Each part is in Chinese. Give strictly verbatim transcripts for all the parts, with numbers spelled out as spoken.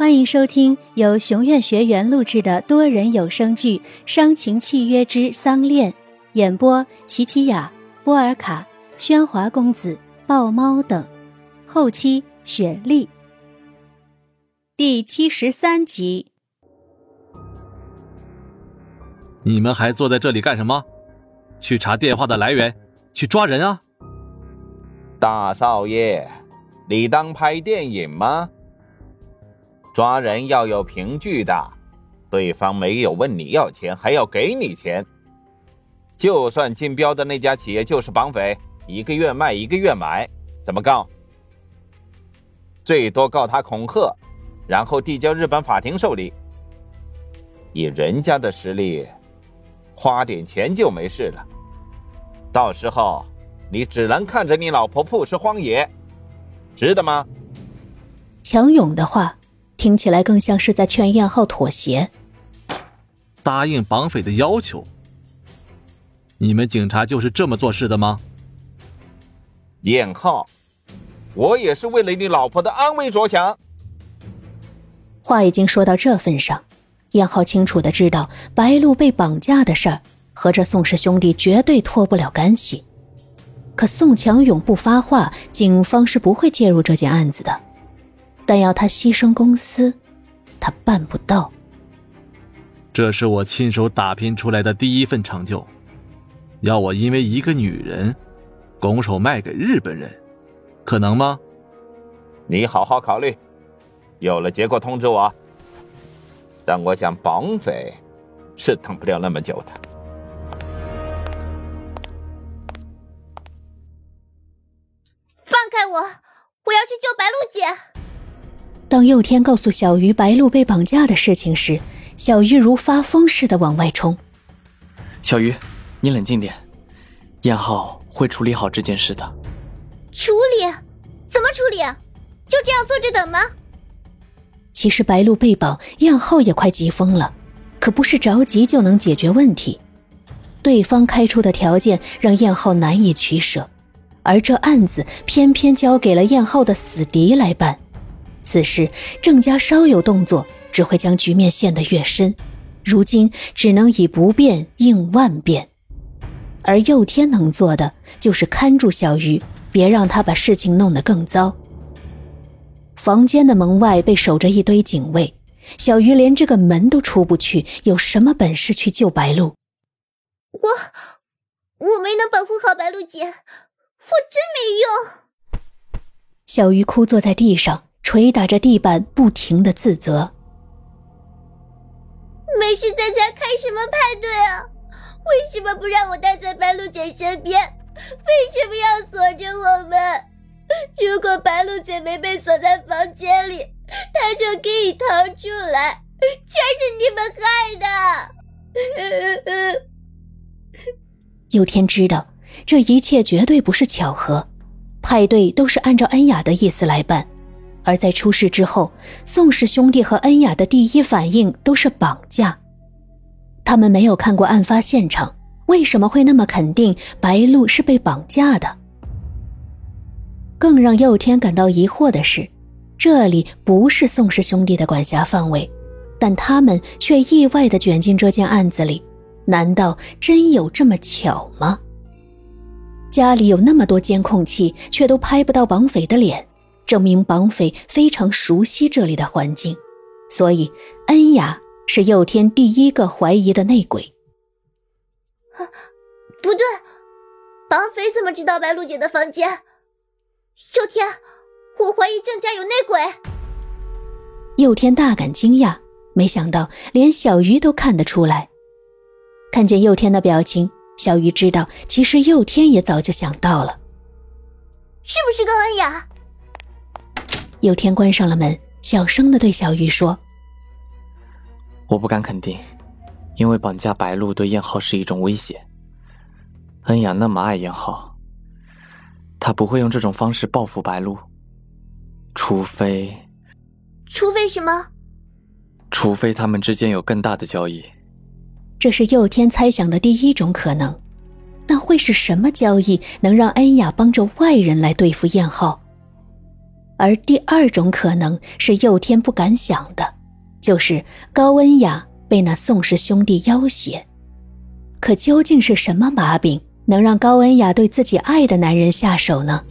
欢迎收听由熊院学员录制的多人有声剧《伤情契约之丧恋》，演播琪琪雅、波尔卡、喧哗公子、豹猫等，后期雪莉。第七十三集。 你们还坐在这里干什么？去查电话的来源，去抓人啊！ 大少爷，你当拍电影吗？抓人要有凭据的，对方没有问你要钱，还要给你钱。就算竞标的那家企业就是绑匪，一个月卖一个月买，怎么告？最多告他恐吓，然后递交日本法庭受理。以人家的实力，花点钱就没事了。到时候你只能看着你老婆曝尸荒野，值得吗？ 强勇的话听起来更像是在劝燕浩妥协。 答应绑匪的要求？你们警察就是这么做事的吗？ 燕浩，我也是为了你老婆的安危着想。 话已经说到这份上，燕浩清楚地知道白鹿被绑架的事儿和这宋氏兄弟绝对脱不了干系。可宋强勇不发话，警方是不会介入这件案子的。但要他牺牲公司，他办不到。 这是我亲手打拼出来的第一份成就，要我因为一个女人拱手卖给日本人，可能吗？ 你好好考虑，有了结果通知我。但我想绑匪是等不了那么久的。 放开我，我要去救白鹿姐。 当佑天告诉小鱼白鹿被绑架的事情时，小鱼如发疯似的往外冲。 小鱼，你冷静点，燕浩会处理好这件事的。 处理？怎么处理？就这样坐着等吗？ 其实白鹿被绑，燕浩也快急疯了，可不是着急就能解决问题。对方开出的条件让燕浩难以取舍，而这案子偏偏交给了燕浩的死敌来办。此时郑家稍有动作，只会将局面陷得越深，如今只能以不变应万变。而佑天能做的就是看住小鱼，别让他把事情弄得更糟。房间的门外被守着一堆警卫，小鱼连这个门都出不去，有什么本事去救白鹿？ 我我没能保护好白鹿姐，我真没用。 小鱼哭坐在地上，捶打着地板，不停地自责。 没事在家开什么派对啊？为什么不让我待在白鹿姐身边？为什么要锁着我们？如果白鹿姐没被锁在房间里，她就可以逃出来，全是你们害的。 佑天知道这一切绝对不是巧合，派对都是按照恩雅的意思来办，而在出事之后，宋氏兄弟和恩雅的第一反应都是绑架。他们没有看过案发现场，为什么会那么肯定白鹿是被绑架的？更让佑天感到疑惑的是，这里不是宋氏兄弟的管辖范围，但他们却意外地卷进这件案子里，难道真有这么巧吗？家里有那么多监控器，却都拍不到绑匪的脸，证明绑匪非常熟悉这里的环境，所以恩雅是佑天第一个怀疑的内鬼。 啊，不对，绑匪怎么知道白鹿姐的房间？佑天，我怀疑郑家有内鬼。 佑天大感惊讶，没想到连小鱼都看得出来。看见佑天的表情，小鱼知道其实佑天也早就想到了。 是不是个恩雅？ 佑天关上了门，小声地对小鱼说： 我不敢肯定，因为绑架白鹿对燕浩是一种威胁。恩雅那么爱燕浩，他不会用这种方式报复白鹿，除非除非什么？ 除非他们之间有更大的交易。 这是佑天猜想的第一种可能，那会是什么交易能让恩雅帮着外人来对付燕浩？ 而第二种可能是佑天不敢想的，就是高恩雅被那宋氏兄弟要挟。可究竟是什么把柄能让高恩雅对自己爱的男人下手呢？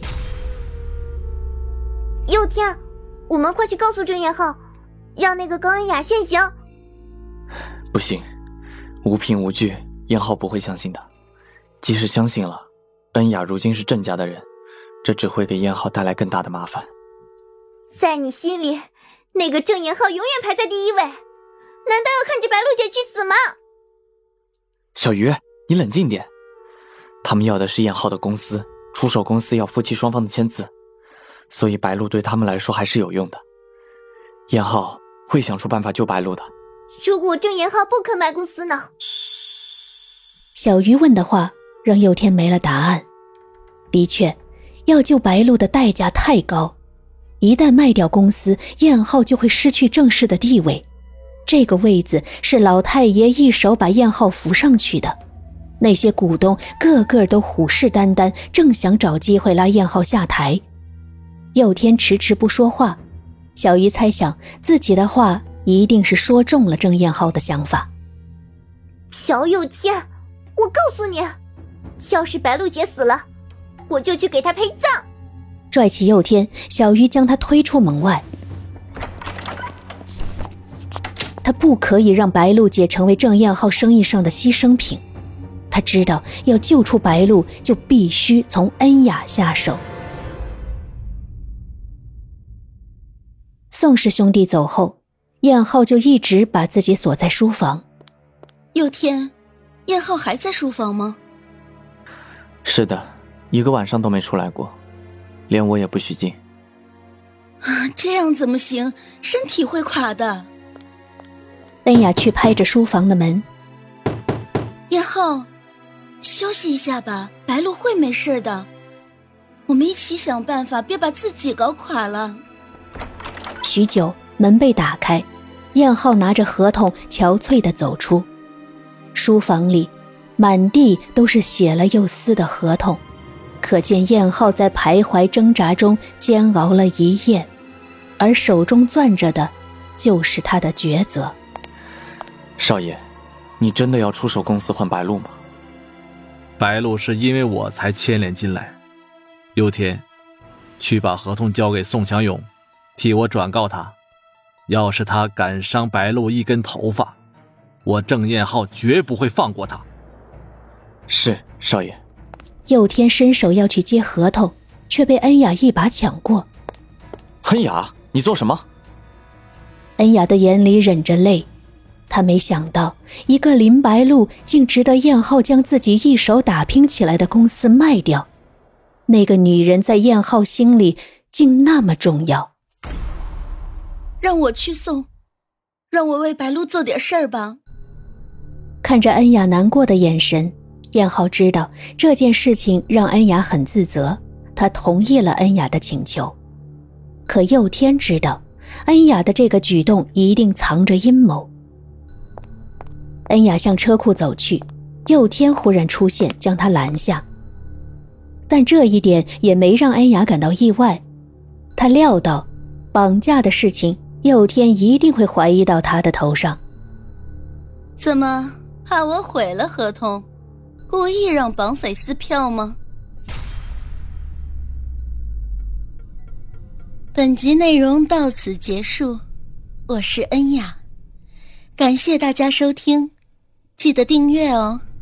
佑天，我们快去告诉郑彦浩，让那个高恩雅现形。 不行，无凭无据，彦浩不会相信的。即使相信了，恩雅如今是郑家的人，这只会给彦浩带来更大的麻烦。 在你心里，那个郑彦浩永远排在第一位，难道要看着白露姐去死吗？ 小鱼，你冷静点。他们要的是彦浩的公司，出售公司要夫妻双方的签字，所以白露对他们来说还是有用的。彦浩会想出办法救白露的。 如果郑彦浩不肯卖公司呢？ 小鱼问的话让佑天没了答案。的确，要救白露的代价太高，一旦卖掉公司，彦浩就会失去正式的地位。这个位子是老太爷一手把彦浩扶上去的，那些股东个个都虎视眈眈，正想找机会拉彦浩下台。佑天迟迟不说话，小鱼猜想自己的话一定是说中了郑彦浩的想法。 朴佑天，我告诉你，要是白露姐死了，我就去给她陪葬。 拽起佑天，小鱼将他推出门外。他不可以让白露姐成为郑彦浩生意上的牺牲品。他知道要救出白露，就必须从恩雅下手。宋氏兄弟走后，彦浩就一直把自己锁在书房。 佑天，彦浩还在书房吗？ 是的，一个晚上都没出来过，连我也不许进。 啊，这样怎么行？身体会垮的。 恩雅去拍着书房的门。 彦浩，休息一下吧，白露会没事的。我们一起想办法，别把自己搞垮了。 许久，门被打开，彦浩拿着合同憔悴地走出。书房里满地都是写了又撕的合同，可见彦浩在徘徊挣扎中煎熬了一夜，而手中攥着的就是他的抉择。 少爷，你真的要出手公司换白露吗？ 白露是因为我才牵连进来。佑天，去把合同交给宋强勇，替我转告他，要是他敢伤白露一根头发，我郑彦浩绝不会放过他。 是，少爷。 佑天伸手要去接合同，却被恩雅一把抢过。 恩雅，你做什么？ 恩雅的眼里忍着泪，他没想到一个林白露竟值得彦浩将自己一手打拼起来的公司卖掉。那个女人在彦浩心里竟那么重要。 让我去送，让我为白露做点事儿吧。 看着恩雅难过的眼神，彦浩知道这件事情让恩雅很自责，他同意了恩雅的请求。可佑天知道恩雅的这个举动一定藏着阴谋。恩雅向车库走去，佑天忽然出现将她拦下。但这一点也没让恩雅感到意外，他料到绑架的事情佑天一定会怀疑到他的头上。 怎么，怕我毁了合同，故意让绑匪撕票吗？本集内容到此结束，我是恩雅，感谢大家收听，记得订阅哦。